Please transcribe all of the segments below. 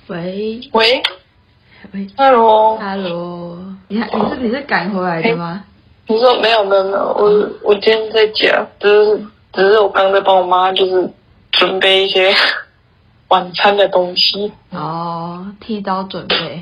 喂喂喂 ，Hello， ，Hello，你是赶回来的吗？ 你说没有，我今天在家，只是我刚在帮我妈就是准备一些晚餐的东西。 哦，提早准备。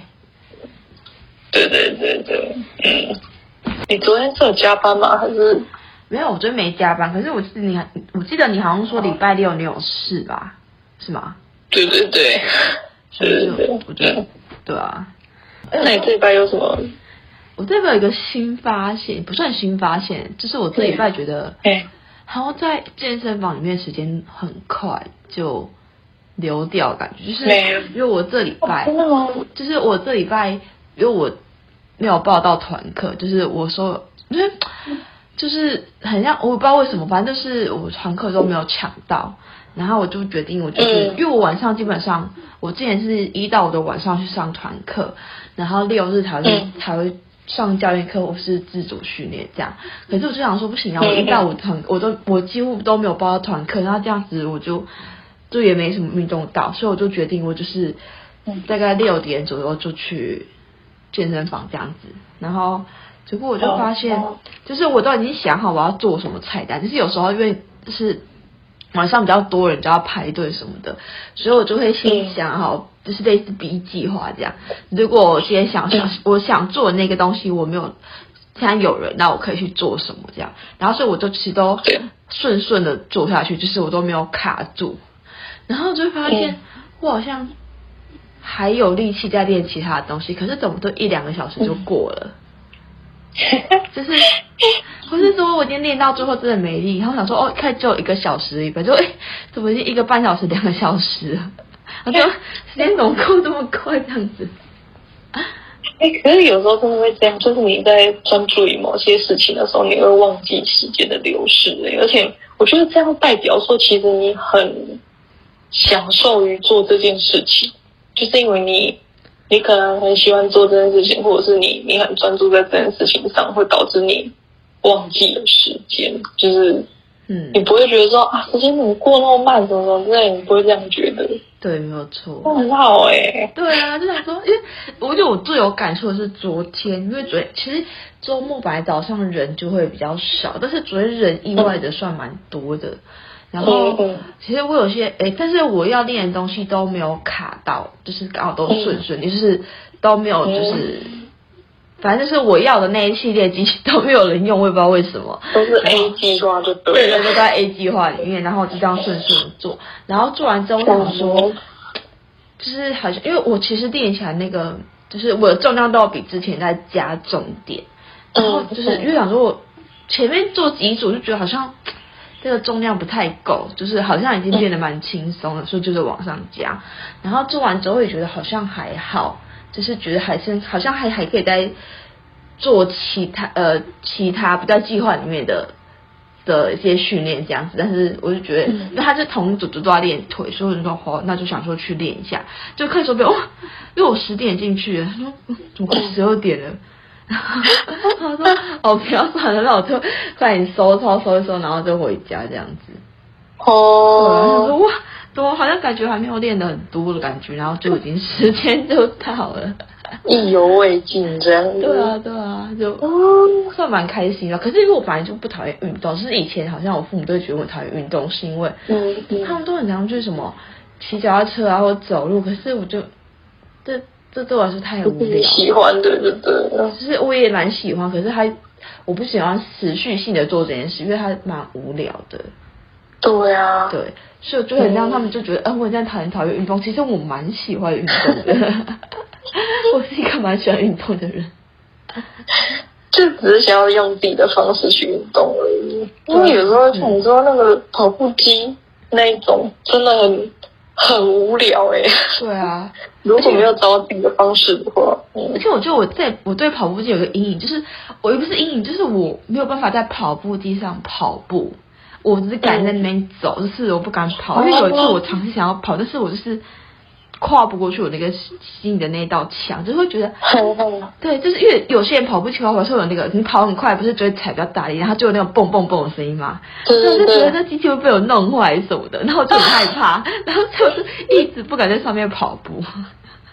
对，你昨天是有加班吗？还是？ 没有，我昨天没加班。可是我记得你好像说礼拜六你有事吧？是吗？ 对， 所以我就对啊。 那你这礼拜有什么？ 我这礼拜有一个新发现，不算新发现，就是我这礼拜觉得，好像在健身房里面时间很快就流掉，感觉就是因为我这礼拜， 真的吗？ 就是我这礼拜，因为我没有报到团课，就是我说，就是很像，我不知道为什么，反正就是我团课都没有抢到。然后我就决定，我就是因为我晚上基本上，我之前是1到5的晚上去上团课，然后6日才会上教练课或是自主训练这样。可是我就想说不行啊，我1到5我几乎都没有报到团课，然后这样子我就也没什么运动到，所以我就决定我就是大概6点左右就去健身房这样子。然后结果我就发现，就是我都已经想好我要做什么菜单，就是有时候因为就是晚上比较多人就要排队什么的，所以我就会先想好，就是类似 B 计划这样。如果我今天我想做的那个东西我没有，现在有人，那我可以去做什么这样。然后所以我就其实都顺的做下去，就是我都没有卡住。然后就会发现我好像还有力气在练其他的东西，可是怎么都1-2个小时就过了。就是不是说我今天练到最后真的没力，然后想说看只有1个小时，就怎么已经1个半小时、2个小时了，然后就时间怎么过这么快这样子？ 可是有时候真的会这样，就是你在专注于某些事情的时候，你会忘记时间的流逝。而且我觉得这样代表说，其实你很享受于做这件事情，就是因为你可能很喜欢做这件事情，或者是你很专注在这件事情上，会导致你忘记了时间，就是你不会觉得说时间怎么过那么慢，什么之类，你不会这样觉得。 对，没有错， 很好对啊，就想说，因为我觉得我最有感触的是昨天，因为昨天其实周末本来早上人就会比较少，但是昨天人意外的算蛮多的。然后其实我有些但是我要练的东西都没有卡到，就是刚好都顺利，就是都没有就是反正就是我要的那一系列机器都没有人用，我也不知道为什么， 都是 A 计划就对了， 对，都在 A 计划里面，然后就这样顺的做，然后做完之后我想说，就是好像因为我其实练起来那个就是我的重量都要比之前在加重点，然后就是因为想说我前面做几组就觉得好像这个重量不太够，就是好像已经变得蛮轻松了，所以就是往上加。然后做完之后也觉得好像还好，就是觉得好像还可以再做其他不在计划里面的一些训练这样子。但是我就觉得，因为他是同一组都在练腿，所以我就说那就想说去练一下。就看手表，因为我10点进去了，他说怎么快12点了？他说不要算了，那我就快点收一收，然后就回家这样子。对，他说哇，怎么好像感觉还没有练得很多的感觉，然后就已经时间就到了， 意犹未尽这样。 对啊，就算蛮开心的。可是因为我本来就不讨厌运动，就是以前好像我父母都会觉得我讨厌运动，是因为他们都很常去什么骑脚踏车啊或走路，可是我就这对我来说太无聊。 喜欢的就对了， 就是我也蛮喜欢，可是我不喜欢持续性的做这件事，因为它蛮无聊的。 对啊， 对，所以我就很让他们就觉得，我现在讨厌运动，其实我蛮喜欢运动的。我是一个蛮喜欢运动的人， 就只是想要用自己的方式去运动而已。因为有时候像你说那个跑步机那一种，真的很无聊对啊， 如果没有找到自己的方式的话， 而且我觉得我对跑步机有个阴影，就是我也不是阴影，就是我没有办法在跑步机上跑步，我只是敢在那边走，就是我不敢跑。因为有一次我尝试想要跑，但是我就是跨不过去我那个心里的那一道墙，就会觉得对，就是因为有些人跑步起来会有那个你跑很快，不是就会踩比较大力，然后就有那种蹦蹦蹦的声音嘛，所以我就觉得那机器会被我弄坏什么的，然后我就很害怕，然后就是一直不敢在上面跑步。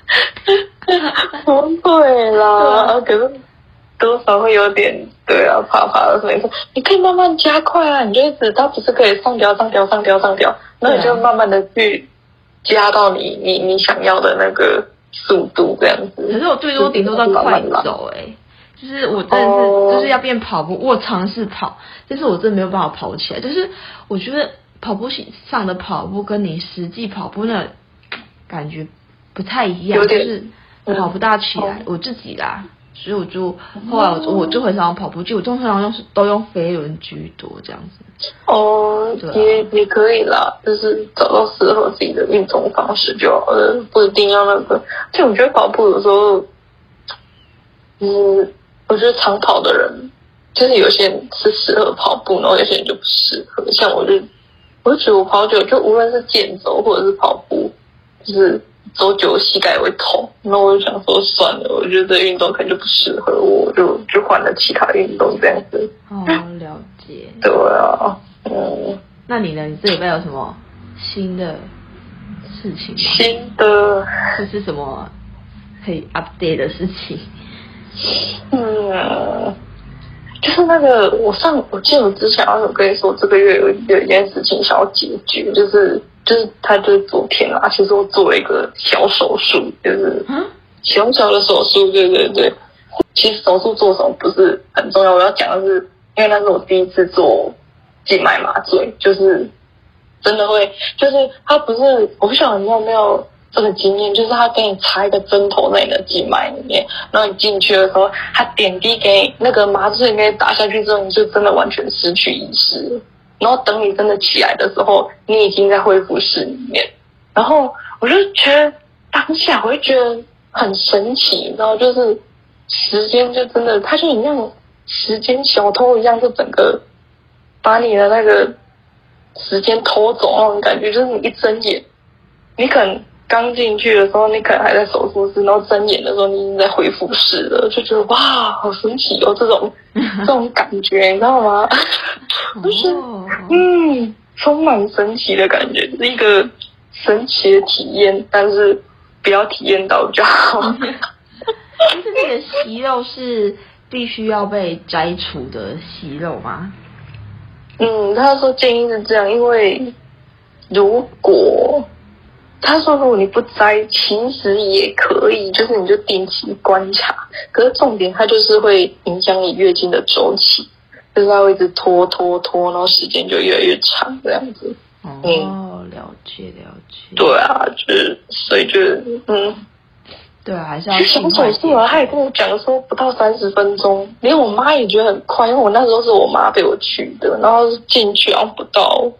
对啦，可是多少会有点对啊，怕的。所以说你可以慢慢加快啊，你就一直它不是可以上调，那你就慢慢的去加到你想要的那个速度这样子。 可是我最多顶多到快走就是我真的是就是要变跑步，我尝试跑，但是我真的没有办法跑起来。就是我觉得跑步上的跑步跟你实际跑步那感觉不太一样，就是跑不大起来，我自己啦。所以我就后来我就很少跑步机，我通常都用飞轮居多这样子。 也可以啦，就是找到适合自己的运动方式就好了，不一定要那个。而且我觉得跑步有时候，我觉得长跑的人，就是有些人是适合跑步，然后有些人就不适合。像我就觉得我跑久，就无论是健走或者是跑步，就是走久膝盖也会痛。然后我就想说算了，我觉得这运动可能就不适合我，就换了其他运动这样子。 了解。 对啊， 那你呢？你这礼拜有什么新的事情吗？ 新的或是什么可以 update 的事情？ 就是那个我记得我之前好像有跟你说，这个月有一件事情想要解决，就是他就是昨天啦，其实我做了一个小手术，就是小小的手术，对。其实手术做什么不是很重要，我要讲的是，因为那是我第一次做静脉麻醉，就是真的会，就是他不是，我不晓得你有没有这个经验，就是他给你插一个针头在你的静脉里面，然后你进去的时候，他点滴给那个麻醉给你打下去之后，你就真的完全失去意识，然后等你真的起来的时候，你已经在恢复室里面。然后我就觉得当下我就觉得很神奇，然后就是时间就真的，它就很像时间小偷一样，就整个把你的那个时间偷走那种感觉，就是你一睁眼，你可能刚进去的时候，你可能还在手术室，然后睁眼的时候，你已经在恢复室了，就觉得哇，好神奇哦，这种感觉，你知道吗？就是充满神奇的感觉，是一个神奇的体验，但是不要体验到比较好。 就是那个息肉是必须要被摘除的息肉吗？ 他说建议是这样，因为他说如果你不摘，其实也可以，就是你就定期观察。可是重点它就是会影响你月经的周期，就是它会一直拖，然后时间就越来越长这样子。 了解。 对啊，所以对啊，还是要尽快。 手术啊，他也跟我讲说不到30分钟，连我妈也觉得很快，因为我那时候是我妈陪我去的，然后进去好像不到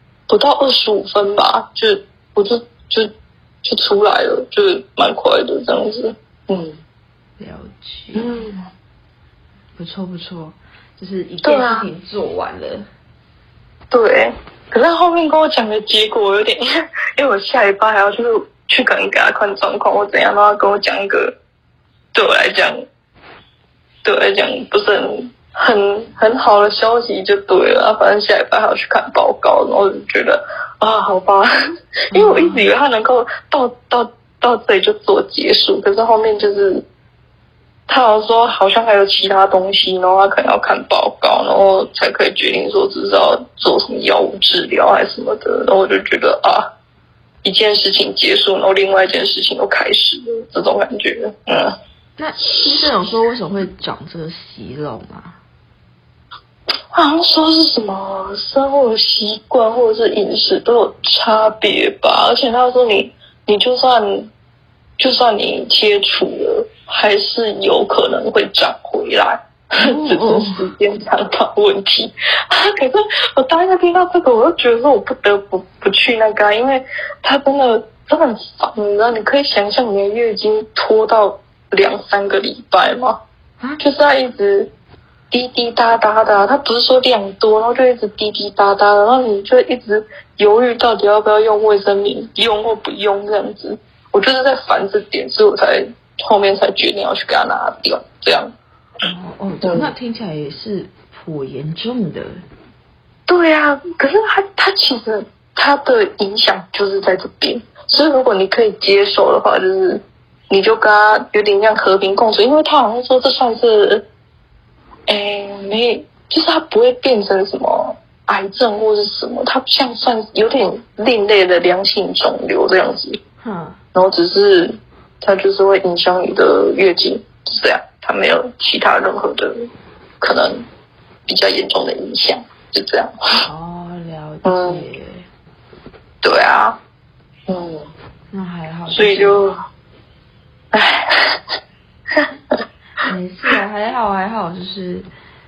25分吧，我就出来了，就是蛮快的这样子。 了解。不错，就是一件事情做完了。 对，可是他后面跟我讲的结果有点，因为我下礼拜还要去可能给他看状况或怎样，然后他跟我讲一个对我来讲不是很好的消息就对了。反正下礼拜还要去看报告，然后就觉得好吧，因为我一直以为他能够到这里就做结束，可是后面就是他好像说好像还有其他东西，然后他可能要看报告，然后才可以决定说只是要做什么药物治疗还是什么的。然后我就觉得一件事情结束，然后另外一件事情又开始了，这种感觉。 那医生有说为什么会长这个息肉吗？ 好像说是什么生活习惯或者是饮食都有差别吧，而且他说你就算你切除了，还是有可能会长回来，只是时间长短问题。可是我当下听到这个，我就觉得说我不得不去那个，因为他真的很烦，你知道？你可以想象你的月经拖到2-3个礼拜吗？就是他一直滴滴答答的，他不是说量多，然后就一直滴滴答答的，然后你就一直犹豫到底要不要用卫生棉，用或不用这样子。我就是在烦这点，所以我后面才决定要去给他拿掉，这样。 那听起来也是颇严重的。 对啊，可是他其实他的影响就是在这边，所以如果你可以接受的话，就是你就跟他有点像和平共处，因为他好像说这算是，就是他不会变成什么癌症或是什么，他像算有点另类的良性肿瘤这样子。然后只是它就是会影响你的月经，是这样，它没有其他任何的可能比较严重的影响，就这样。 哦，了解。 对啊， 那还好。 所以就， 没事啊，还好，就是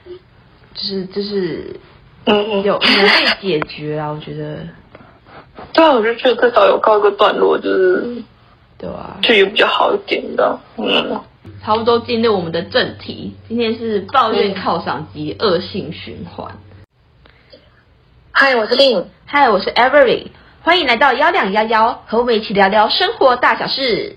有被解决啦，我觉得。 对啊，我就觉得至少有告一个段落，就是对啊， 就也比较好一点的。 差不多进入我们的正题，今天是抱怨犒赏及恶性循环。 嗨，我是令。 嗨，我是 Everly， 欢迎来到1211，和我们一起聊聊生活大小事。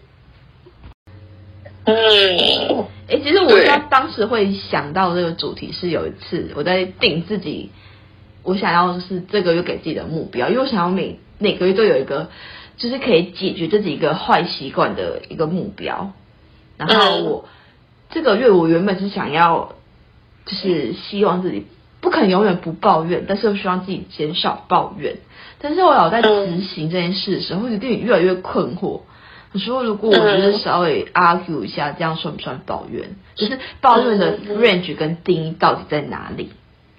其实我当时会想到这个主题是有一次我在定自己，我想要就是这个月给自己的目标，因为我想要每个月都有一个就是可以解决自己一个坏习惯的一个目标。然后我这个月我原本是想要就是希望自己不可能永远不抱怨，但是我希望自己减少抱怨。但是我老在执行这件事的时候，有点越来越困惑。我说如果我就是稍微 argue 一下，这样算不算抱怨？就是抱怨的 range 跟定义到底在哪里？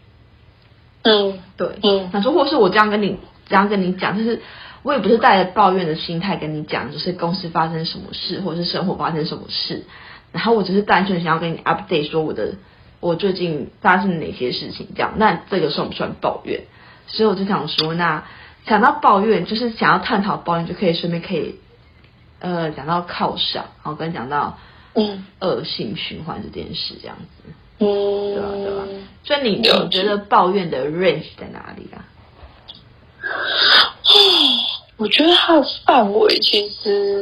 对，想说或是我这样跟你讲，就是我也不是带着抱怨的心态跟你讲，就是公司发生什么事，或者是生活发生什么事，然后我只是单纯想要跟你 update 说我最近发生了哪些事情，这样，那这个算不算抱怨？所以我就想说，那想到抱怨，就是想要探讨抱怨，就可以顺便讲到犒赏，然后跟讲到恶性循环这件事，这样子。对啊。所以你觉得抱怨的 range 在哪里啊？ 我觉得它的范围其实，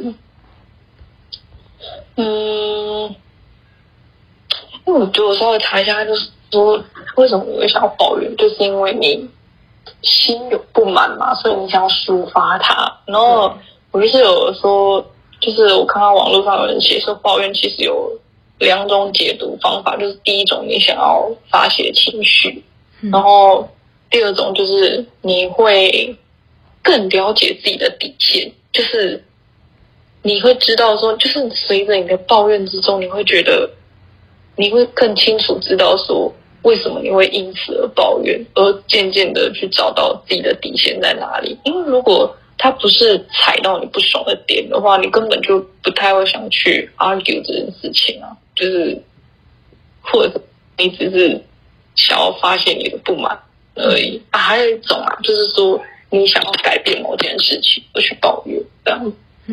因为我觉得我稍微查一下，就是说为什么你会想要抱怨，就是因为你心有不满嘛，所以你想要抒发它。然后我就是有说，就是我看到网络上有人写说，抱怨其实有2种解读方法，就是第一种你想要发泄情绪，然后第二种就是你会更了解自己的底线，就是你会知道说，就是随着你的抱怨之中，你会觉得你会更清楚知道说为什么你会因此而抱怨，而渐渐的去找到自己的底线在哪里。因为如果它不是踩到你不爽的点的话，你根本就不太会想去 argue 这件事情啊，就是或者你只是想要发泄你的不满而已啊。还有一种啊，就是说你想要改变某件事情而去抱怨这样。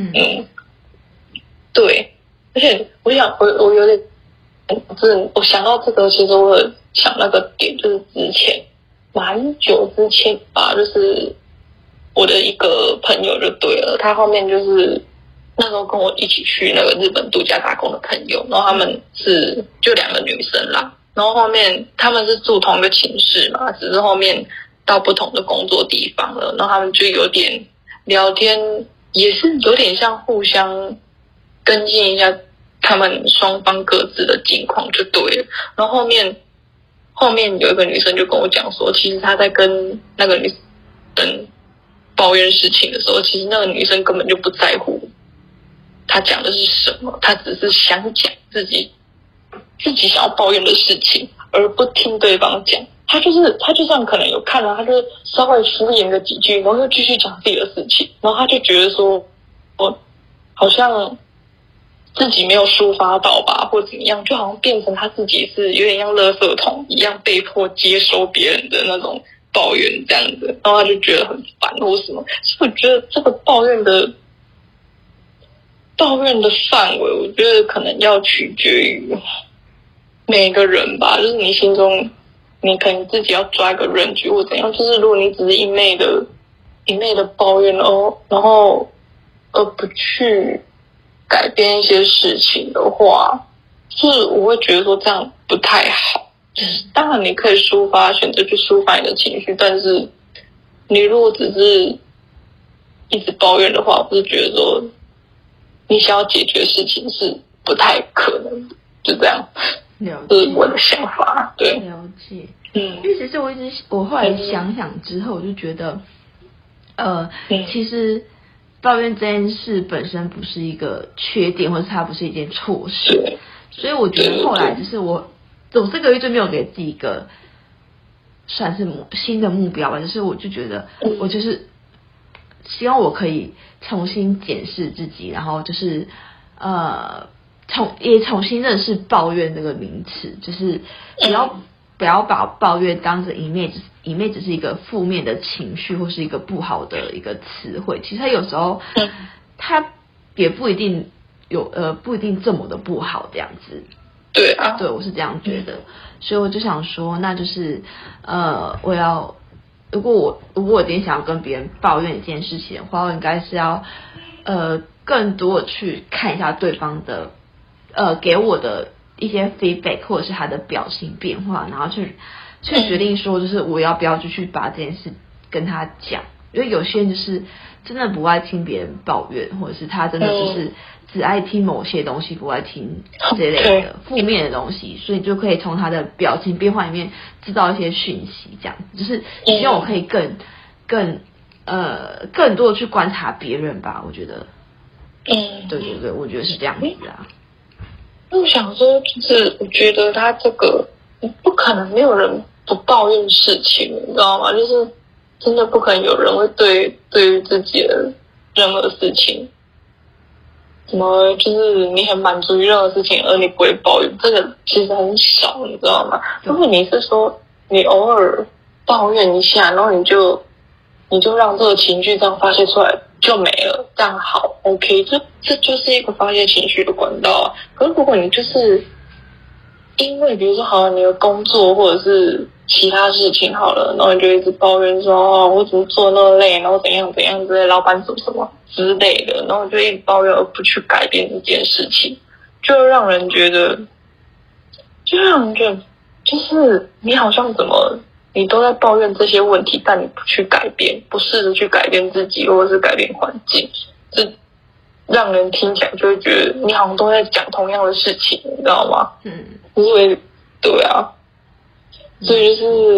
对，而且我有点，我想到这个，其实我有想那个点，就是蛮久之前吧，就是我的一个朋友就对了，他后面就是那时候跟我一起去那个日本度假打工的朋友，然后他们是就2个女生啦，然后后面他们是住同一个寝室嘛，只是后面到不同的工作地方了，然后他们就有点聊天，也是有点像互相跟进一下他们双方各自的境况就对了。然后后面有一个女生就跟我讲说，其实她在跟那个女生抱怨事情的时候，其实那个女生根本就不在乎她讲的是什么，她只是想讲自己想要抱怨的事情，而不听对方讲。她就算可能有看了，她就稍微敷衍个几句，然后又继续讲自己的事情，然后她就觉得说，我好像自己没有抒发到吧，或怎么样，就好像变成他自己是有点像垃圾桶一样，被迫接收别人的那种抱怨这样子，然后他就觉得很烦或什么。所以我觉得这个抱怨的范围，我觉得可能要取决于每个人吧，就是你心中你可能自己要抓一个 range 或怎样，就是如果你只是一昧的抱怨然后而不去改变一些事情的话，就是我会觉得说这样不太好。就是当然你可以选择去抒发你的情绪，但是你如果只是一直抱怨的话，我是觉得说你想要解决事情是不太可能的，就这样。 了解， 这是我的想法。对， 了解。因为其实我后来想想之后，我就觉得，其实抱怨这件事本身不是一个缺点，或者它不是一件错事，所以我觉得后来就是我这个月就没有给自己一个算是新的目标吧，就是我就觉得我就是希望我可以重新检视自己，然后就是也重新认识抱怨这个名词，就是不要把抱怨当成一面只是一个负面的情绪或是一个不好的一个词汇，其实它有时候它也不一定不一定这么的不好这样子。 对啊， 对，我是这样觉得，所以我就想说，那就是如果我今天想要跟别人抱怨一件事情的话，我应该是要更多的去看一下对方的给我的一些 feedback 或者是他的表情变化，然后去决定说，就是我要不要就去把这件事跟他讲，因为有些人就是真的不爱听别人抱怨，或者是他真的就是只爱听某些东西，不爱听这类的负面的东西，所以就可以从他的表情变化里面知道一些讯息，这样就是希望我可以更多的去观察别人吧，我觉得，对，我觉得是这样子啊。 我想说，就是我觉得他这个不可能没有人不抱怨事情，你知道吗？就是真的不可能有人会对于自己的任何事情，什么就是你很满足于任何事情，而你不会抱怨，这个其实很少，你知道吗？如果你是说你偶尔抱怨一下，然后你就让这个情绪这样发泄出来就没了，这样好 OK， 这就是一个发泄情绪的管道啊。可是如果你就是因为比如说好你的工作或者是其他事情好了，然后你就一直抱怨说我怎么做那么累，然后怎样怎样之类，老板怎么什么之类的，然后你就一直抱怨而不去改变一件事情，就让人觉得就是你好像你都在抱怨这些问题，但你不去改变，不试着去改变自己或者是改变环境，这让人听起来就会觉得你好像都在讲同样的事情，你知道吗？因为对啊，所以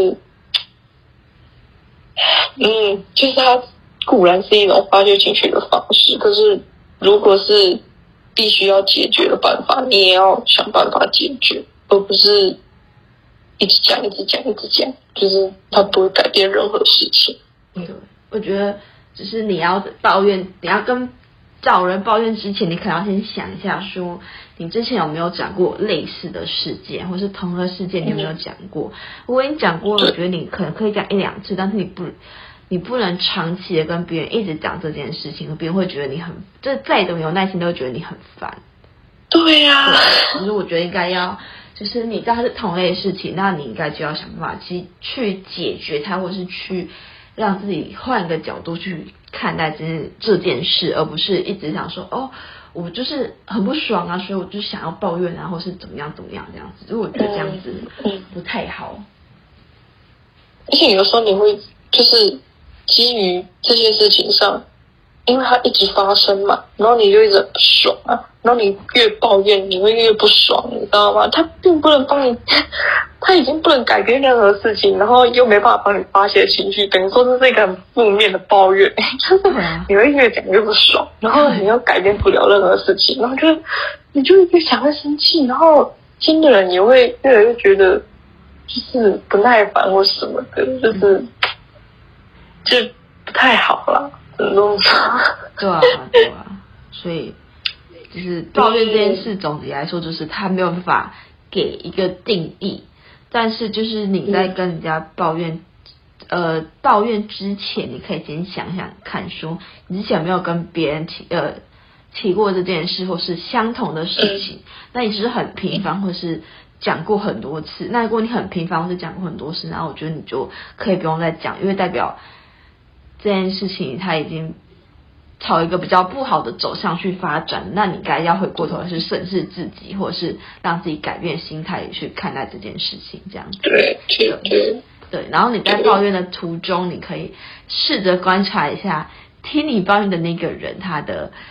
就是它固然是一种发泄情绪的方式，可是如果是必须要解决的办法，你也要想办法解决，而不是一直讲，就是它不会改变任何事情。 对，我觉得只是你要抱怨，你要跟找人抱怨之前，你可能要先想一下说你之前有没有讲过类似的事件，或是同个事件你有没有讲过。如果你讲过了，我觉得你可能可以讲1-2次，但是你不能长期的跟别人一直讲这件事情，别人会觉得你再怎么有耐心都会觉得你很烦。 对呀， 可是我觉得应该要，就是你知道它是同类的事情，那你应该就要想办法去解决它，或是去让自己换个角度去看待这件事，而不是一直想说我就是很不爽啊，所以我就想要抱怨啊，或是怎么样这样子，所以我觉得这样子不太好。 而且有时候你会就是基于这些事情上，因为它一直发生嘛，然后你就一直不爽啊，然后你越抱怨你会越不爽，你知道吗？它并不能帮你，它已经不能改变任何事情，然后又没办法帮你发泄情绪，等于说这是一个很负面的抱怨，就是你会越讲越不爽，然后你又改变不了任何事情，然后你就越想越生气，然后听的人也会越来越觉得就是不耐烦或什么的，就不太好啦。 对啊，所以就是抱怨这件事，总体来说就是他没有办法给一个定义，但是就是你在跟人家抱怨之前，你可以先想想看，说你之前有没有跟别人提过这件事，或是相同的事情，那你是很频繁，或是讲过很多次。那如果你很频繁或是讲过很多次，然后我觉得你就可以不用再讲，因为代表这件事情它已经朝一个比较不好的走向去发展，那你该要回过头来是审视自己，或者是让自己改变心态去看待这件事情，这样子。对，然后你在抱怨的途中，你可以试着观察一下听你抱怨的那个人他的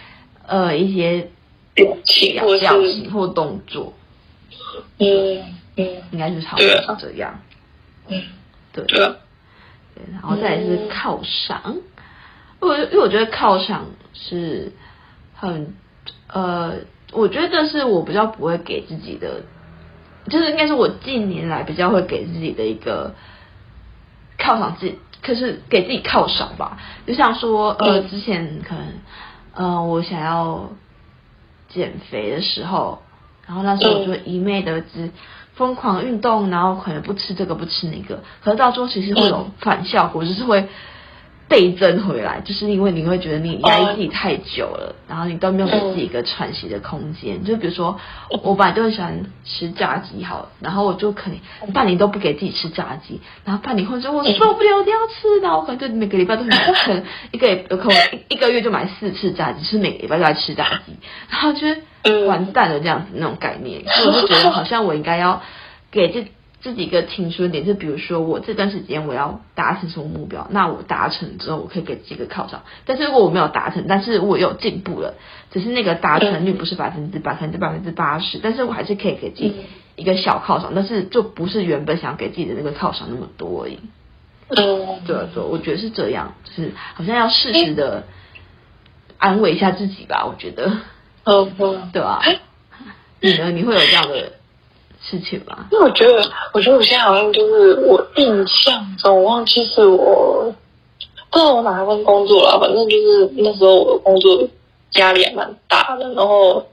一些表情或动作， 应该是差不多这样。对，然后再来是犒赏，因为我觉得犒赏是很我觉得这是我比较不会给自己的，就是应该是我近年来比较会给自己的一个犒赏自己，可是给自己犒赏吧。就像说之前可能我想要减肥的时候，然后那时候我就一昧的只疯狂运动，然后可能不吃这个不吃那个，可是到最后其实会有反效果，就是会倍增回来，就是因为你会觉得你压抑自己太久了，然后你都没有给自己一个喘息的空间。就比如说我本来就很喜欢吃炸鸡好了，然后我就可能半年都不给自己吃炸鸡，然后半年后就我受不了，我一定要吃，然后我可能就每个礼拜都买，可能一个月就买4次炸鸡，是每个礼拜都在吃炸鸡，然后就是完蛋了这样子那种概念。所以我就觉得好像我应该要给自己一个停损点，就比如说我这段时间我要达成什么目标，那我达成之后我可以给自己一个犒赏。但是如果我没有达成，但是我有进步了，只是那个达成率不是100%，可能是80%，但是我还是可以给自己一个小犒赏，但是就不是原本想给自己的那个犒赏那么多而已。对，我觉得是这样，就是好像要适时的安慰一下自己吧，我觉得。对啊，你呢？你会有这样的事情吗？ 因为我觉得我现在好像就是我印象中，我忘记是我不知道我哪一份工作了，反正就是那时候我的工作压力还蛮大的，然后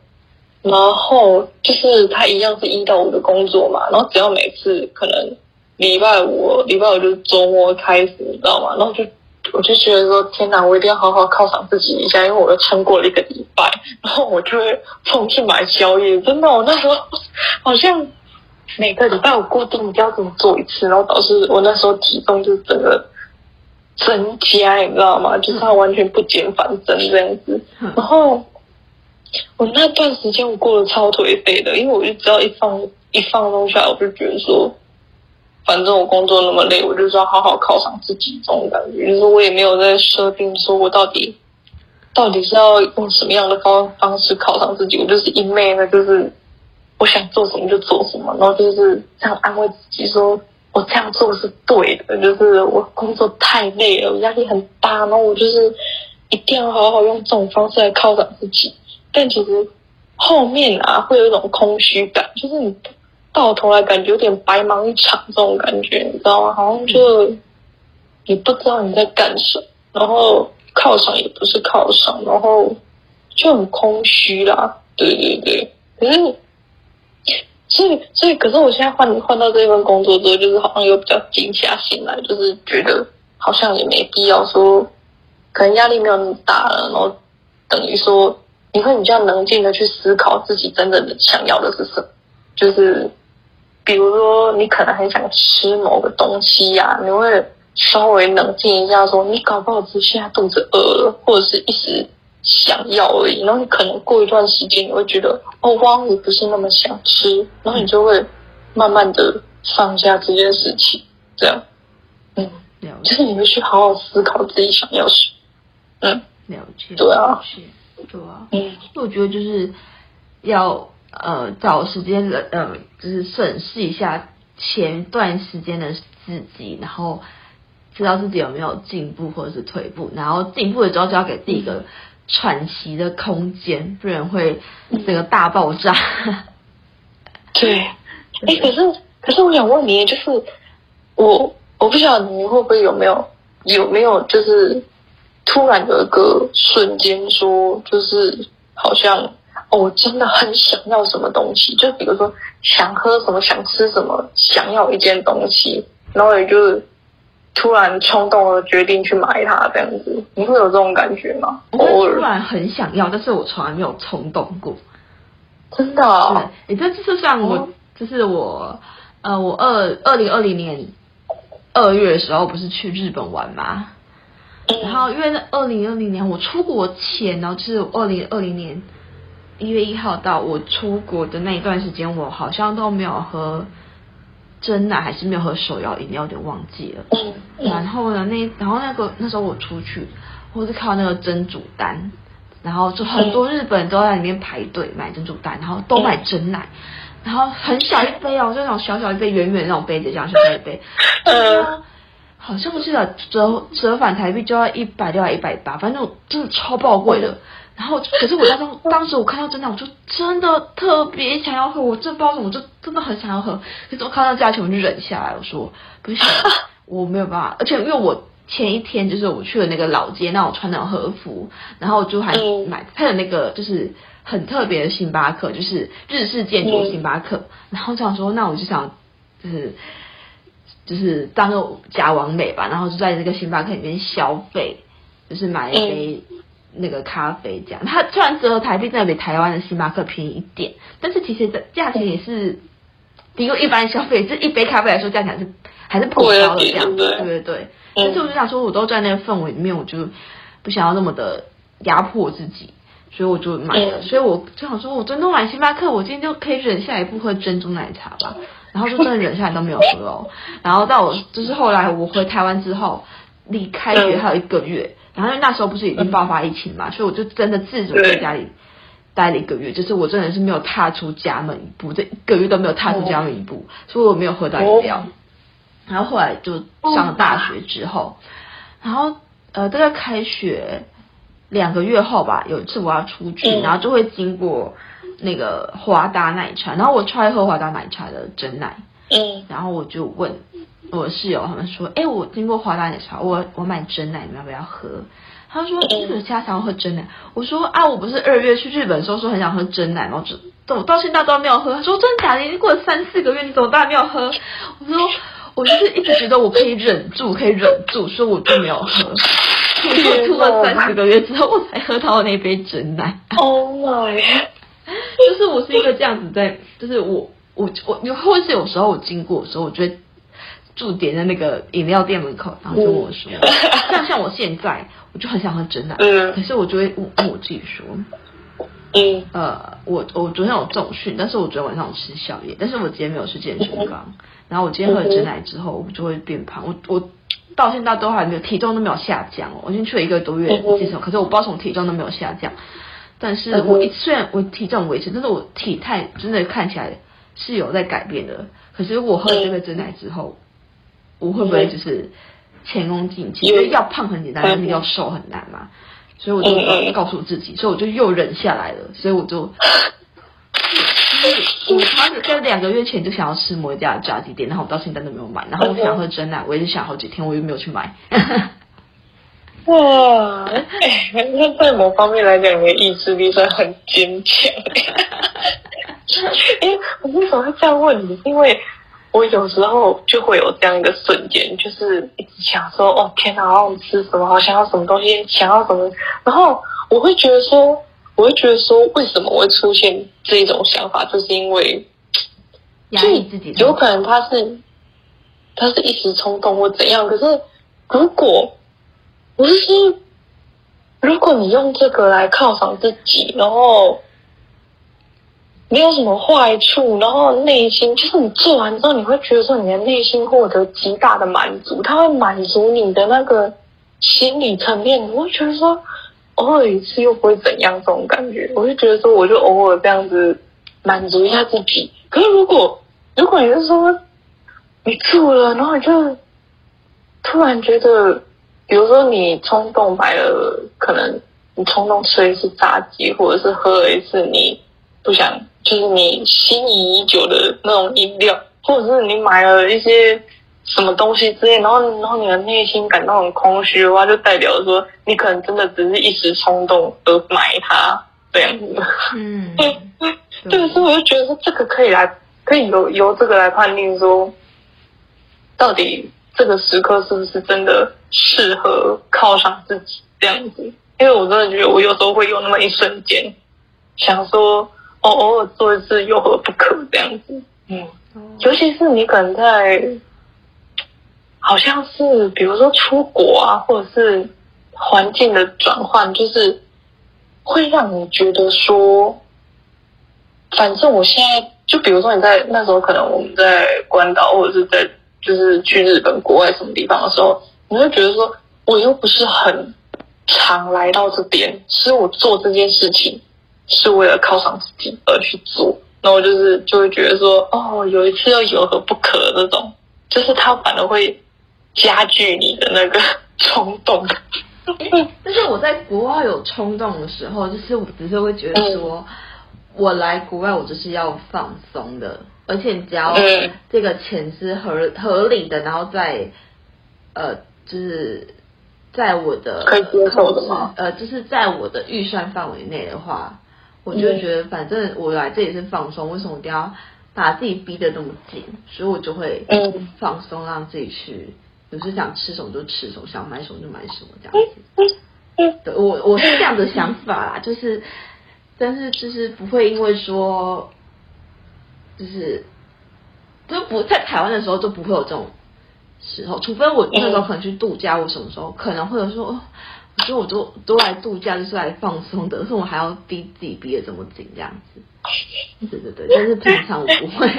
就是他一样是1到5的工作嘛，然后只要每次可能礼拜五就是周末开始，你知道吗？然后我就觉得说，天哪，我一定要好好犒赏自己一下，因为我又撑过了1个礼拜，然后我就会疯去买宵夜。真的，我那时候好像每个礼拜我固定要这么做一次，然后导致我那时候体重就整个增加，你知道吗？就是它完全不减反增这样子。然后我那段时间我过得超颓废的，因为我就只要一放松下来，我就觉得说，反正我工作那么累，我就是要好好犒赏自己，这种感觉。就是我也没有在设定说我到底是要用什么样的方式犒赏自己，我就是一昧的，就是我想做什么就做什么，然后就是这样安慰自己说，我这样做是对的，就是我工作太累了，我压力很大，然后我就是一定要好好用这种方式来犒赏自己。但其实后面会有一种空虚感，就是你到头来感觉有点白忙一场这种感觉，你知道吗？好像就你不知道你在干什么，然后犒赏也不是犒赏，然后就很空虚啦。对，可是所以可是我现在换到这份工作之后，就是好像又比较静下心来，就是觉得好像也没必要说，可能压力没有那么大了，然后等于说你会比较冷静的去思考自己真正的想要的是什么，就是比如说你可能很想吃某个东西呀，你会稍微冷静一下说，你搞不好只是现在肚子饿了，或者是一时想要而已，然后你可能过一段时间你会觉得哇，你不是那么想吃，然后你就会慢慢的放下这件事情，这样，就是你会去好好思考自己想要什么， 了解， 对啊， 因为我觉得就是要找时间就是审视一下前段时间的自己，然后知道自己有没有进步或者是退步，然后进步了之后就要给自己一个喘息的空间，不然会整个大爆炸。 对，可是我想问你，就是我不晓得你会不会有没有就是突然有一个瞬间说，就是好像我真的很想要什么东西，就比如说想喝什么，想吃什么，想要一件东西，然后也就突然冲动的决定去买它，这样子，你会有这种感觉吗？ 我突然很想要，但是我从来没有冲动过。 真的哦？ 对，这就是像就是我2020年2月的时候不是去日本玩吗？然后因为在2020年我出国前呢，就是2020年1月1号到我出国的那一段时间，我好像都没有喝真奶，还是没有喝手摇饮料，有点忘记了。然后呢，那时候我出去，我是靠那个蒸煮单， 然后就很多日本人都在里面排队买珍珠蛋，然后都买真奶，然后很小一杯哦，就那种小小一杯圆圆的那种杯子，这样小小一杯，好像是折返台币就要160还180，反正真的超爆贵的。然后可是我当时我看到真奶，我就真的特别想要喝，我真不知道什么，我就真的很想要喝。可是我看到价钱，我就忍下来，我说不行，我没有办法。而且因为我前一天就是我去了那个老街，那我穿那种和服，然后我就还买它有那个就是很特别的星巴克，就是日式建筑星巴克。然后想说，那我就想就是当个假完美吧，然后就在那个星巴克里面消费，就是买一杯那个咖啡这样。它虽然折合台币真的比台湾的星巴克便宜一点，但是其实价钱也是比一般消费，这一杯咖啡来说价钱还是颇高的这样。对。但是我就想说，我都在那个氛围里面，我就不想要那么的压迫自己，所以我就买了。所以我就想说，我真的买星巴克，我今天就可以忍下来不喝珍珠奶茶吧。然后就真的忍下来都没有喝哦。然后到我就是后来我回台湾之后，离开学还有1个月，然后因为那时候不是已经爆发疫情嘛，所以我就真的自主在家里待了1个月，就是我真的是没有踏出家门一步，这1个月都没有踏出家门一步，所以我没有喝到饮料。然后后来就上了大学之后，然后大概开学2个月后吧，有一次我要出去，然后就会经过那个华达奶茶，然后我超爱喝华达奶茶的真奶，然后我就问我室友，他们说，我经过华达奶茶，我买真奶，你们要不要喝？他说你怎么现在想要喝真奶？我说我不是2月去日本的时候说很想喝真奶吗？我到现在都没有喝。他说真的假的？已经过了3-4个月，你怎么都还没有喝？我说我就是一直觉得我可以忍住，所以我就没有喝。我吐了30个月之后，我才喝到那杯真奶。 Oh my！ 就是我是一个这样子在，就是我或是有时候我经过的时候，我就会驻点在那个饮料店门口，然后就问我说，像我现在我就很想喝真奶，可是我就会问我自己说，我昨天有重训，但是我昨天晚上有吃宵夜，但是我今天没有去健身房，然后我今天喝了真奶之后，我就会变胖。我到现在都还没有，体重都没有下降哦，我已经去了1个多月健身，可是我不知道什么体重都没有下降。但是虽然我体重维持，但是我体态真的看起来是有在改变的。可是我喝了这杯真奶之后，我会不会就是前功尽弃？因为要胖很简单，但是要瘦很难嘛。所以我就告诉自己，所以我就又忍下来了。所以我就，我好像在2个月前就想要吃某一家的炸鸡店，然后我到现在都没有买。然后我想喝真奶，我也是想好几天，我又没有去买。 哇，那在某方面来讲，你的意志力算很坚强。我为什么会这样问你？因为我有时候就会有这样一个瞬间，就是一直想说，天哪，好想吃什么，好想要什么东西，想要什么，然后我会觉得说，为什么会出现这种想法，就是因为压抑自己， 有可能他是一时冲动或怎样，可是我是说，如果你用这个来犒赏自己，然后没有什么坏处，然后内心就是你做完之后，你会觉得说你的内心获得极大的满足，它会满足你的那个心理层面，你会觉得说偶尔一次又不会怎样这种感觉，我就觉得说我就偶尔这样子满足一下自己。可是如果你是说你做了，然后你就突然觉得，比如说你冲动买了，可能你冲动吃了一次炸鸡，或者是喝了一次你不想，就是你心仪已久的那种饮料，或者是你买了一些什么东西之类，然后你的内心感到很空虚的话，就代表说你可能真的只是一时冲动而买它这样子。对，所以我就觉得说这个可以由这个来判定说，到底这个时刻是不是真的适合犒赏自己这样子？因为我真的觉得我有时候会有那么一瞬间想说，偶尔做一次又何不可这样子。尤其是你可能在好像是比如说出国啊，或者是环境的转换，就是会让你觉得说，反正我现在就比如说你在那时候可能我们在关岛，或者是在就是去日本国外什么地方的时候，你会觉得说我又不是很常来到这边，是我做这件事情是为了犒赏自己而去做，然后就会觉得说，哦，有一次又有何不可那种，就是它反而会加剧你的那个冲动。 但是我在国外有冲动的时候，就是我只是会觉得说，我来国外我就是要放松的，而且只要这个钱是合理的，然后就是在我的可以接受的吗？ 就是在我的预算范围内的话，我就觉得反正我来这里是放松，为什么一定要把自己逼得那么紧？所以我就会放松，让自己去。有时想吃什么就吃什么，想买什么就买什么，这样子。对，我是这样的想法啦，就是，但是就是不会因为说，就不在台湾的时候就不会有这种时候，除非我那时候可能去度假，我什么时候可能会有说，我说我都来度假就是来放松的，可是我还要逼自己逼得这么紧这样子。对，但是平常我不会。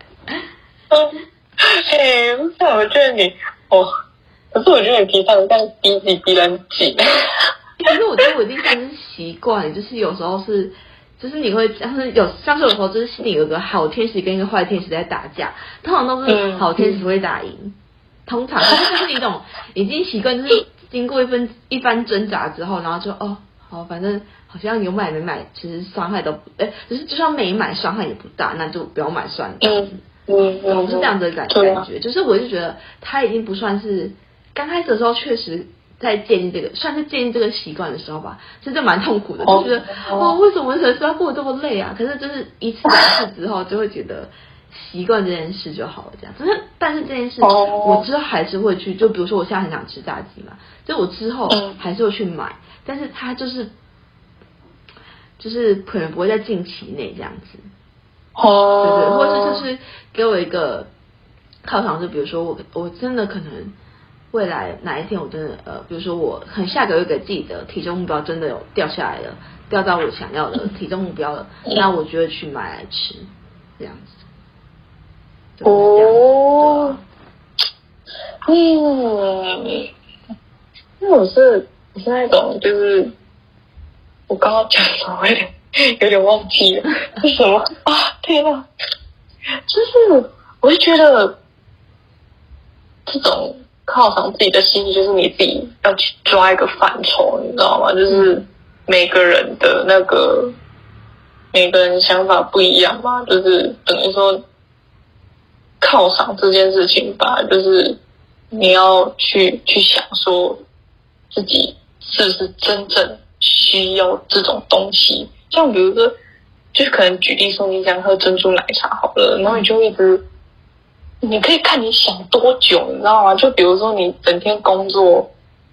那我觉得你可是我觉得你平常这样逼自己逼得很紧。 可是我觉得我一定算是习惯，就是有时候就是你会像是有时候就是心里有个好天使跟一个坏天使在打架，通常都是好天使会打赢，通常就是一种已经习惯，就是经过一番挣扎之后，然后就好，反正好像有买没买，其实伤害都就是就算没买伤害也不大，那就不要买算了。我是这样子的感觉，就是我就觉得他已经不算是刚开始的时候，确实在算是建立这个习惯的时候吧，其实蛮痛苦的，就觉得为什么人生要过得这么累啊？可是就是一次两次之后，就会觉得习惯这件事就好了，这样。但是这件事我之后还是会去，就比如说我现在很想吃炸鸡嘛，就我之后还是会去买，但是它就是可能不会在近期内这样子。对，或者就是给我一个犒赏，就比如说我真的可能未来哪一天我真的比如说我可能下个月给自己的体重目标真的有掉下来了，掉到我想要的体重目标了，那我就会去买来吃，这样子。 因为我是那种就是我刚刚讲什么有点忘记了是什么啊？天哪！就是我会觉得这种犒赏自己的心理，就是你自己要去抓一个范畴，你知道吗？就是每个人的每个人想法不一样嘛，就是等于说犒赏这件事情吧，就是你要去想说自己是不是真正需要这种东西。像比如说，就是可能举例说，你想喝珍珠奶茶好了，然后你就一直，你可以看你想多久，你知道吗？就比如说你整天工作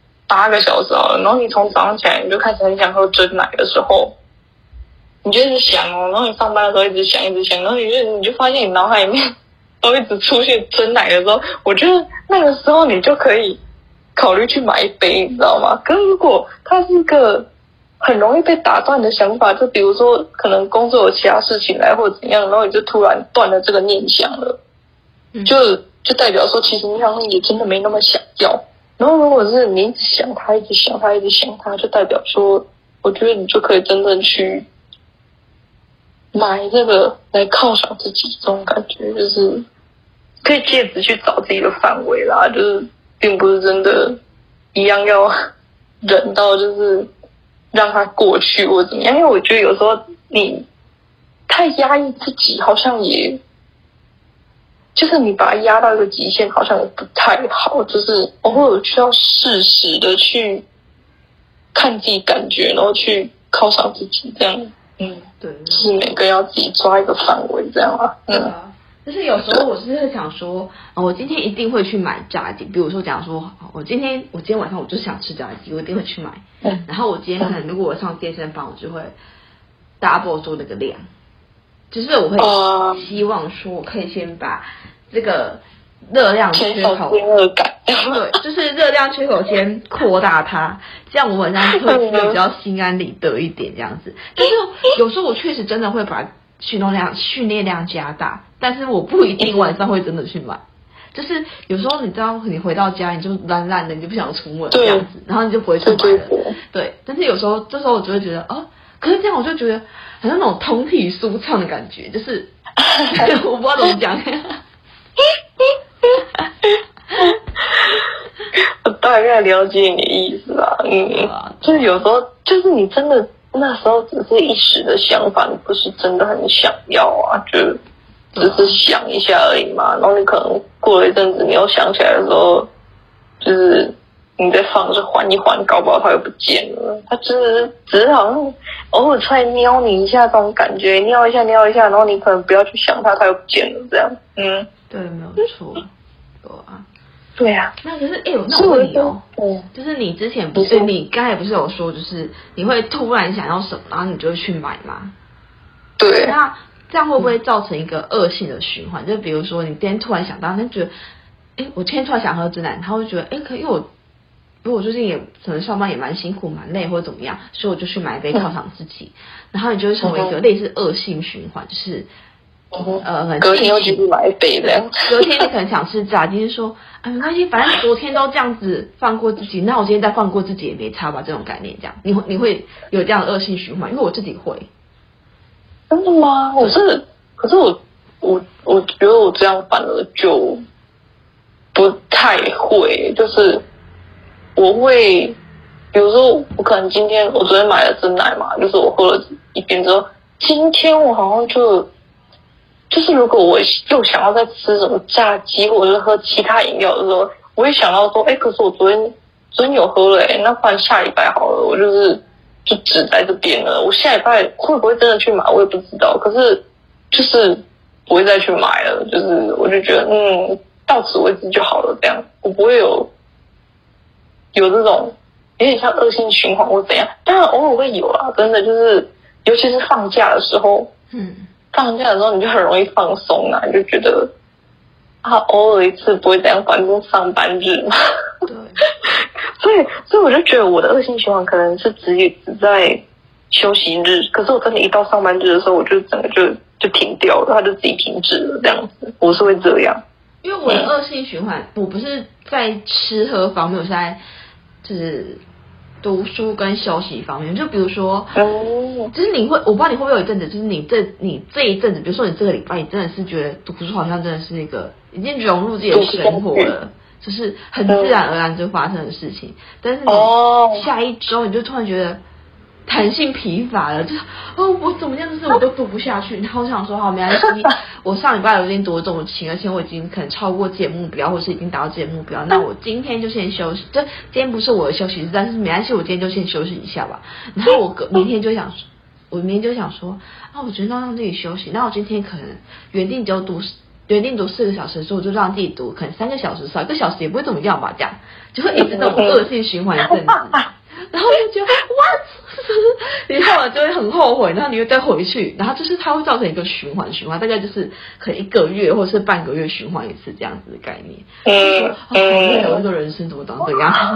8个小时好了，然后你从早上起来你就开始很想喝珍奶的时候，你就一直想然后你上班的时候一直想，然后你就发现你脑海里面都一直出现珍奶的时候，我觉得那个时候你就可以考虑去买一杯，你知道吗？可是如果它是一个很容易被打断的想法，就比如说可能工作有其他事情来或者怎样，然后你就突然断了这个念想了，就代表说其实你好像也真的没那么想要。然后如果是你一直想它，就代表说我觉得你就可以真正去买这个来犒赏自己，这种感觉就是可以借此去找自己的范围啦，就是并不是真的一样要忍到就是让它过去或怎么样，因为我觉得有时候你太压抑自己，好像也就是你把它压到一个极限，好像也不太好。就是偶尔需要适时的去看自己感觉，然后去犒赏自己，这样。 对， 就是每个要自己抓一个范围，这样啊。 就是有时候我是会想说，我今天一定会去买炸鸡。比如说讲说，我今天晚上我就想吃炸鸡，我一定会去买。然后我今天可能如果我上健身房，我就会 double 做那个量。就是我会希望说，我可以先把这个热量缺口，对，就是热量缺口先扩大它，这样我晚上会比较心安理得一点这样子。但是有时候我确实真的会把训练量加大，但是我不一定晚上会真的去买， 就是有时候你知道你回到家你就懒懒的，你就不想出门这样子，然后你就不会出门了。对，但是有时候这时候我就会觉得哦，可是这样我就觉得好像那种通体舒畅的感觉，就是我不知道怎么讲。 我大概了解你的意思啦，就是有时候就是你真的那时候只是一时的想法，你不是真的很想要啊，就只是想一下而已嘛。然后你可能过了一阵子，你又想起来的时候，就是你再放着缓一缓，搞不好它又不见了。它只是好像偶尔出来瞄你一下这种感觉，瞄一下，然后你可能不要去想它，它又不见了这样。 对，没有错，对啊。 对啊， 那可是那我问你哦，就是你之前不是你刚才不是有说，就是你会突然想要什么，然后你就会去买吗？ 对。 那这样会不会造成一个恶性的循环？就比如说你今天突然想到，你就觉得，我今天突然想喝真奶，他会觉得，因为我最近也可能上班也蛮辛苦蛮累或者怎么样，所以我就去买一杯犒赏自己，然后你就会成为一个类似恶性循环，就是。 隔天又继续买一杯这样。 隔天你可能想吃炸鸡，就是说没关系，反正昨天都这样子放过自己，那我今天再放过自己也没差吧？这种概念，这样你会有这样的恶性循环？因为我自己会。 真的吗？可是我觉得我这样反而就不太会，就是我会，比如说我可能昨天买了真奶嘛，就是我喝了一瓶之后，今天我好像就是如果我又想要再吃什么炸鸡或者是喝其他饮料的时候，我会想到说，可是我昨天有喝了，那不然下礼拜好了，我就只在这边了。我下礼拜会不会真的去买，我也不知道。可是就是不会再去买了，就是我就觉得到此为止就好了，这样我不会有这种有点像恶性循环或怎样。当然偶尔会有啦，真的就是尤其是放假的时候，放假的时候你就很容易放松啊，你就觉得偶尔一次不会这样，反正上班日嘛。 对。 所以我就觉得我的恶性循环可能是只在休息日，可是我真的一到上班日的时候，我就整个就停掉了，它就自己停止了这样子。我是会这样。 因为我的恶性循环，我不是在吃喝方面，我是在就是读书跟休息方面。就比如说，就是我不知道你会不会有一阵子，就是你这一阵子，比如说你这个礼拜，你真的是觉得读书好像真的是一个已经融入自己的生活了，就是很自然而然就发生的事情。但是你下一周你就突然觉得弹性疲乏了，就是我怎么样就是我都读不下去，然后我想说好没关系，我上礼拜我已经读了这么勤，而且我已经可能超过自己的目标，或是已经达到自己的目标，那我今天就先休息。就今天不是我的休息日，但是没关系，我今天就先休息一下吧。然后我明天就想说我觉得让自己休息，那我今天可能原定读4个小时的时候，我就让自己读可能3个小时，1个小时也不会怎么样吧，这样就会一直这种恶性循环一阵子。然后就觉得你后来就会很后悔，然后你又再回去，然后就是它会造成一个循环，大概就是可能1个月或是半个月循环一次这样子的概念。好累哦，这个人生怎么长这样？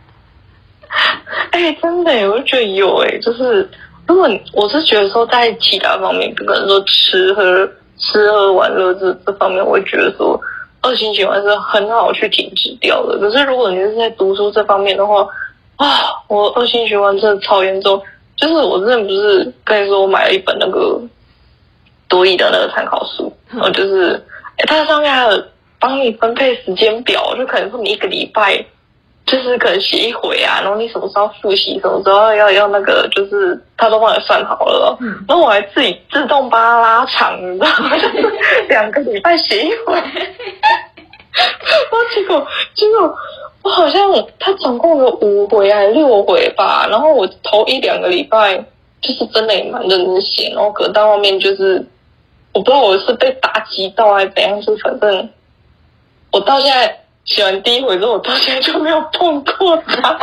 真的我就觉得有就是如果我是觉得说在其他方面，不可能说吃喝玩乐这方面，我会觉得说恶性循环是很好去停止掉的。可是如果你是在读书这方面的话，我恶性循环真的超严重。就是我之前不是跟你说我买了一本那个多益的那个参考书，就是它上面还有帮你分配时间表，就可能说你1个礼拜就是可能写一回啊，然后你什么时候复习，什么时候要那个，就是他都帮你算好了。然后我还自己自动帮他拉长，你知道吗？就是2个礼拜写一回。然后结果我好像他总共有5回还是6回吧，然后我头1-2个礼拜就是真的也蛮认真写，然后可到后面就是我不知道我是被打击到还是怎样，就反正我到现在写完第1回之后，我到现在就没有碰过它。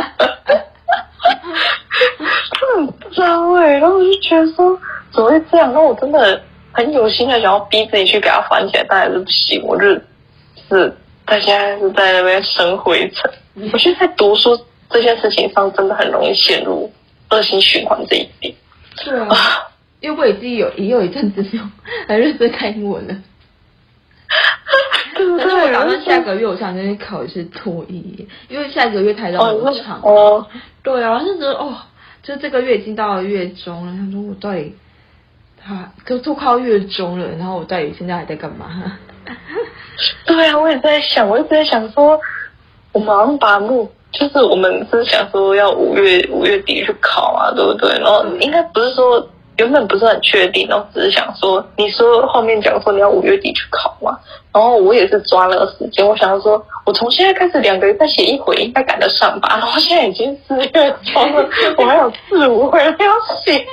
很糟然后我就觉得说怎么会这样，然后我真的很有心的想要逼自己去给它翻起来，但还是不行，我就是他现在是在那边生灰尘。我觉得在读书这件事情上真的很容易陷入恶性循环这一点。 对啊，因为我自己也有一阵子很认真看英文了。 对不对？ 我打算下个月我想先考一次多益，因为下个月台中有场。对啊，就觉得就这个月已经到了月中了，想说我到底都快要月中了，然后我到底现在还在干嘛？ 对啊，我也在想，我一直在想说，我们好像就是我们是想说要五月底去考啊，对不对？然后应该不是说原本不是很确定，然后只是想说，你说后面讲说你要5月底去考嘛，然后我也是抓了时间，我想说，我从现在开始2个月再写1回应该赶得上吧？然后现在已经4月中了，我还有4、5回要写。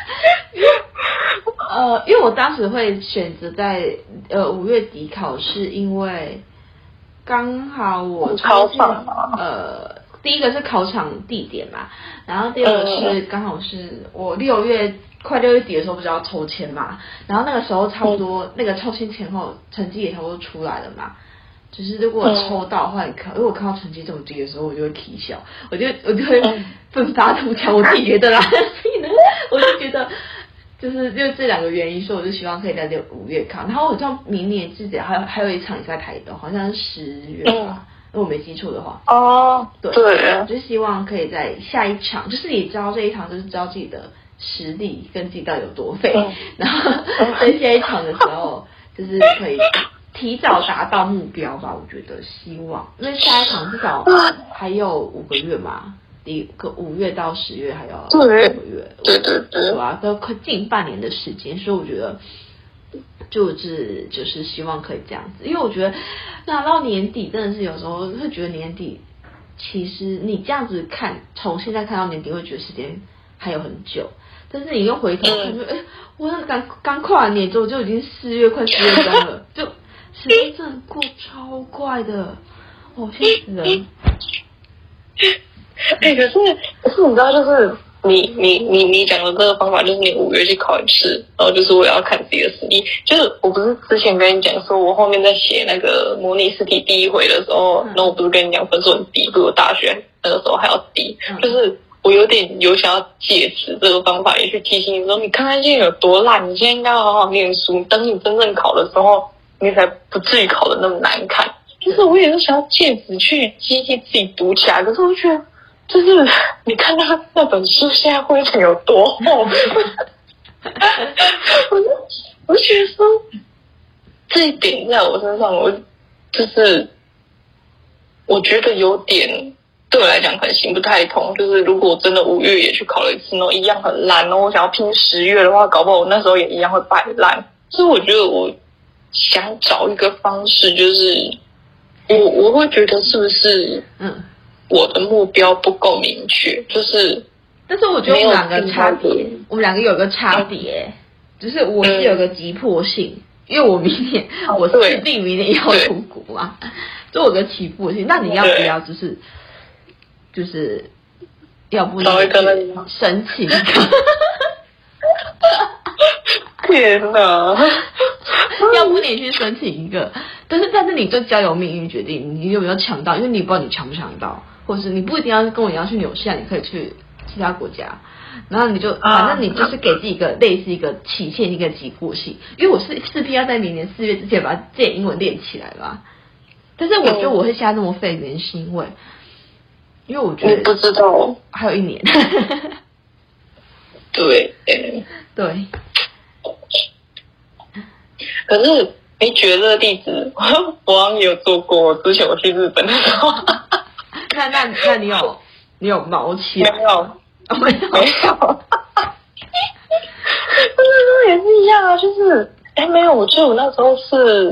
因为我当时会选择在5月底考试，因为刚好我考场第一个是考场地点嘛，然后第二个是刚好是我快6月底的时候不是要抽签嘛，然后那个时候差不多那个抽签前后成绩也差不多出来了嘛，就是如果抽到的话，如果看到成绩这么低的时候，我就会啼笑，我就会奋发图强，我自己觉得啦，所以呢，我就觉得就是这2个原因，所以我就希望可以在5月考，然后好像明年自己还有一场也在台东，好像是10月吧。如果我没记错的话。对，就是希望可以在下一场，就是你知道这一场就是知道自己的实力跟自己到底有多废，然后在下一场的时候就是可以提早达到目标吧，我觉得希望，因为下一场至少还有5个月嘛，第5月到10月还要5个月，对吧？都快近半年的时间，所以我觉得就是希望可以这样子，因为我觉得拿到年底真的是有时候会觉得年底，其实你这样子看，从现在看到年底会觉得时间还有很久，但是你又回头看就我刚跨完年之后就已经4月快4月中了，就时间真的过超快的，气死人。 可是你知道，就是你讲的这个方法，就是你5月去考一次，然后就是我要看自己的实力。就是我不是之前跟你讲说，我后面在写那个模拟试题第1回的时候，然后我不是跟你讲分数很低，比我大学那个时候还要低，就是我有想要借此这个方法也去提醒你说，你看看现在有多烂，你现在应该要好好念书，等你真正考的时候，你才不至于考得那么难看。就是我也是想要借此去激励自己读起来，可是我觉得。就是你看到那本书现在灰尘有多厚，我就觉得说这一点在我身上，我觉得有点对我来讲可能行不太通。就是如果我真的5月也去考了一次，然后一样很烂，然后我想要拼10月的话，搞不好我那时候也一样会摆烂。所以我觉得我想找一个方式，就是我会觉得是不是我的目标不够明确， 但是我觉得我们两个差别，我们两个有个差别，就是我是有个急迫性，因为我明年我势必明年要出国嘛，就有个急迫性。那你要不要就是要不要申请？ 天哪！ 要不你去申请一个，但是你就交由命运决定，你有没有抢到？因为你不知道你抢不抢到。或是你不一定要跟我一样去纽西兰，你可以去其他国家，然后你就反正你就是给自己一个类似一个期限，一个急迫性，因为我势必要在明年4月之前把这英文练起来吧。但是我觉得我会现在那么废，原因是因为我觉得你不知道还有1年。 对。可是你举的这个例子，我好像也有做过。之前我去日本的时候。 那你有毛起来？ 没有。 但是也是一样啊，就是没有，我记得我那时候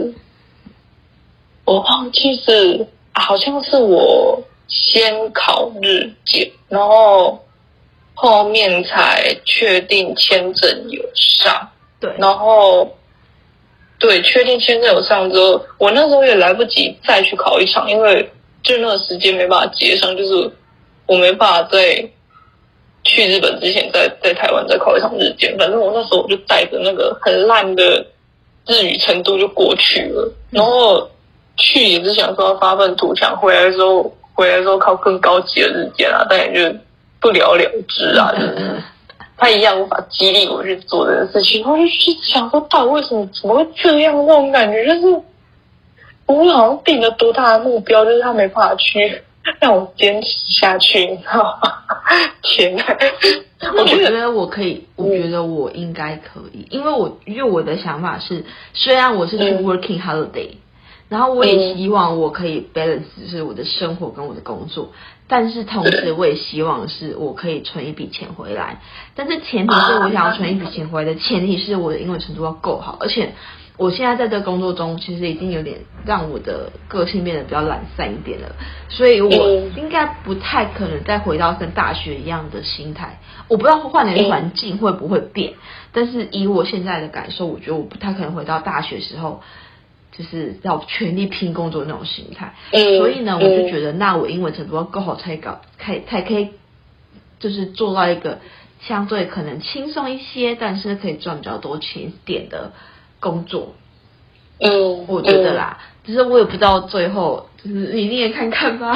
我忘记好像是我先考日检，然后后面才确定签证有上。 对， 然后确定签证有上之后，我那时候也来不及再去考一场，因为就那个时间没办法接上，就是我没办法在去日本之前在台湾再考一场日检。反正我那时候我就带着那个很烂的日语程度就过去了，然后去也是想说要发愤图强，回来的时候考更高级的日检啊，但也就不了了之啊，就是他一样无法激励我去做这件事情。我就去想说，到底为什么怎么会这样？那种感觉就是我好像定了多大的目标，就是他没办法去让我坚持下去，你知道吗？天哪！ 我觉得我可以，我觉得我应该可以，因为我的想法是，虽然我是去 working holiday，然后我也希望我可以 balance 就是我的生活跟我的工作，但是同时我也希望是我可以存一笔钱回来，但是前提是我想要存一笔钱回来的前提是我的英文程度要够好，而且我现在在这个工作中其实已经有点让我的个性变得比较懒散一点了，所以我应该不太可能再回到跟大学一样的心态，我不知道换的环境会不会变，但是以我现在的感受，我觉得我不太可能回到大学时候就是要全力拼工作的那种心态，所以呢，我就觉得那我英文程度要够好才可以，就是做到一个相对可能轻松一些，但是可以赚比较多钱一点的工作。我觉得啦，只是我也不知道最后，就是你也看看吧。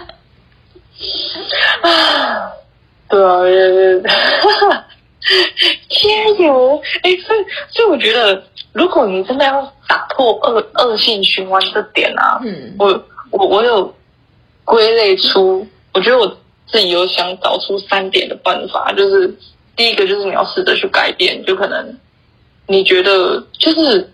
对啊，加油！所以我觉得，如果你真的要打破恶性循环这点啊，我有归类出，我觉得我自己有想找出3点的办法，就是第一个就是你要试着去改变，就可能你觉得就是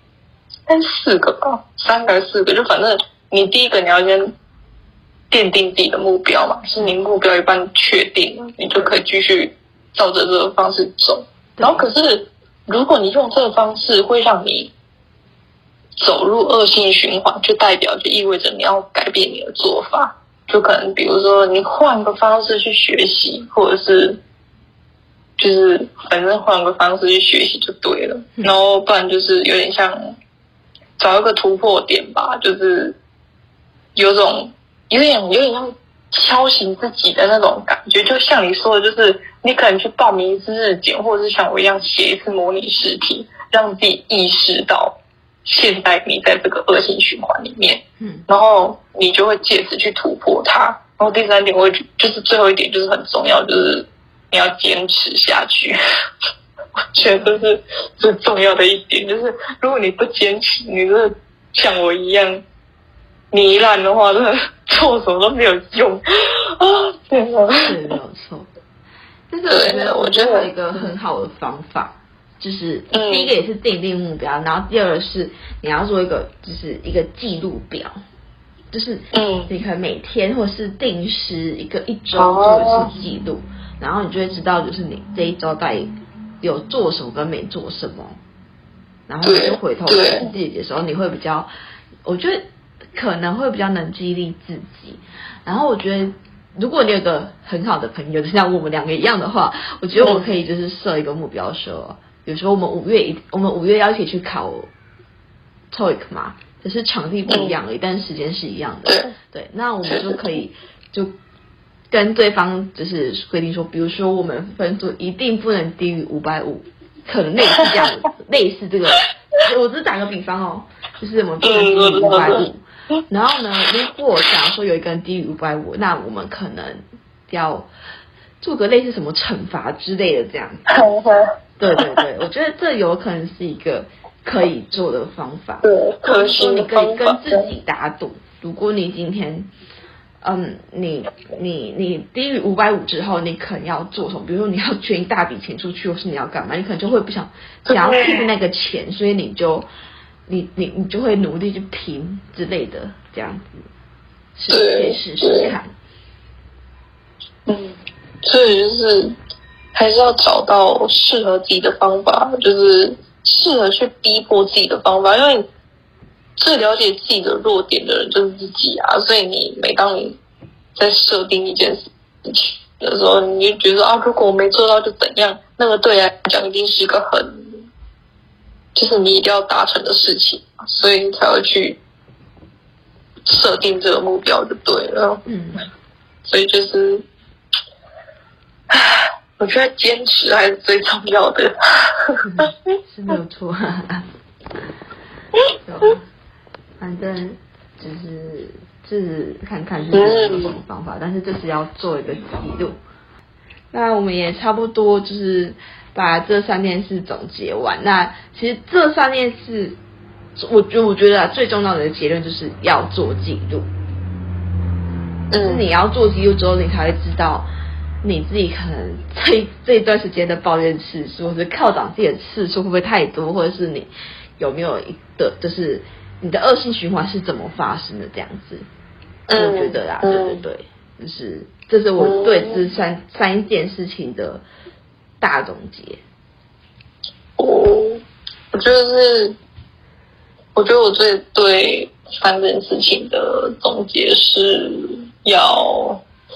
4个吧，3个还是4个，就反正你第一个你要先奠定自己的目标嘛，是你目标一般确定了，你就可以继续照着这个方式走。然后可是如果你用这个方式会让你走入恶性循环，就意味着你要改变你的做法，就可能比如说你换个方式去学习，或者是就是反正换个方式去学习就对了，然后不然就是有点像找一个突破点吧，就是有点像敲醒自己的那种感觉，就像你说的，就是你可能去报名一次日检，或者是像我一样写一次模拟试题，让自己意识到现在你在这个恶性循环里面，然后你就会借此去突破它。然后第3点，就是最后一点就是很重要，就是你要坚持下去。我觉得这是最重要的一点，就是如果你不坚持，你真的像我一样糜烂的话，真的做什么都没有用啊！对， 没有错。但是我觉得有一个很好的方法，就是第一个也是定目标，然后第二个是你要做一个就是一个记录表，就是你可能每天或是定时一周做一次记录，然后你就会知道就是你这一周到底有做什么跟没做什么，然后你就回头看自己的时候，你会比较，我觉得可能会比较能激励自己。然后我觉得，如果你有个很好的朋友，就像我们2个一样的话，我觉得我们可以就是设一个目标说，比如说我们5月要一起去考 TOEIC 嘛，只是场地不一样而已，但是时间是一样的。对，那我们就可以就跟对方就是规定说，比如说我们分数一定不能低于550，可能类似这样，类似这个，我只是打个比方哦，就是我们不能低于550。然后呢，如果假如说有一个人低于550，那我们可能要做个类似什么惩罚之类的这样子。对，我觉得这有可能是一个可以做的方法。 对， 或者说你可以跟自己打赌，如果你今天你低于550之后，你可能要做什么？比如说你要捐一大笔钱出去，或是你要干嘛？你可能就会不想要 keep 那个钱，所以你就会努力去拼之类的，这样子可以试试看。 所以就是还是要找到适合自己的方法，就是适合去逼迫自己的方法，因为最了解自己的弱点的人就是自己啊，所以每当你在设定一件事情的时候，你就觉得啊，如果我没做到就怎样，那个对你来讲一定是一个就是你一定要达成的事情，所以你才会去设定这个目标就对了。所以就是我觉得坚持还是最重要的。 是没有错。反正就是看看是有什么方法，但是这是要做一个记录。那我们也差不多就是把这3件事总结完。那其实这3件事我觉得最重要的结论就是要做记录。就是你要做记录之后，你才会知道你自己可能这一段时间的抱怨次数，或者犒赏自己的次数会不会太多，或者是你有没有一个就是你的恶性循环是怎么发生的这样子。我觉得啦，对，就是这是我对这三件事情的大总结。 我觉得我最对3件事情的总结是要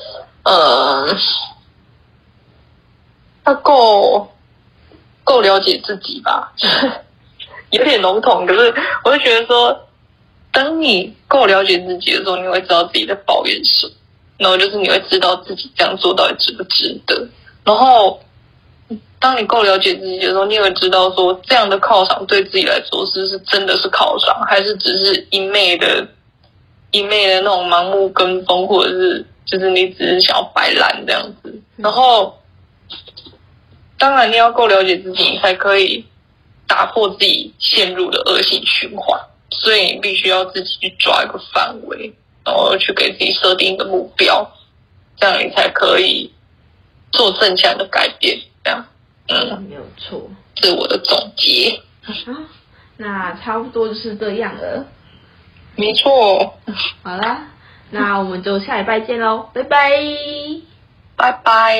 够了解自己吧，有点笼统，可是我会觉得说，当你够了解自己的时候，你会知道自己在抱怨什么，然后就是你会知道自己这样做到底值不值得，然后当你够了解自己的时候，你也会知道说，这样的犒赏对自己来说是真的是犒赏，还是只是一昧的那种盲目跟风，或者是就是你只是想要摆烂这样子。然后当然你要够了解自己，你才可以打破自己陷入的恶性循环，所以你必须要自己去抓一个范围，然后去给自己设定一个目标，这样你才可以做正向的改变。这样没有错， 这是我的总结。 那差不多就是这样了。 没错。 好啦，那我们就下礼拜见咯，拜拜。 拜拜。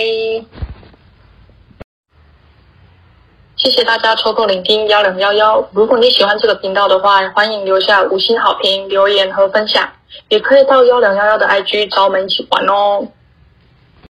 谢谢大家抽空聆听1211。如果你喜欢这个频道的话，欢迎留下5星好评、留言和分享，也可以到1211的 IG 找我们一起玩哦。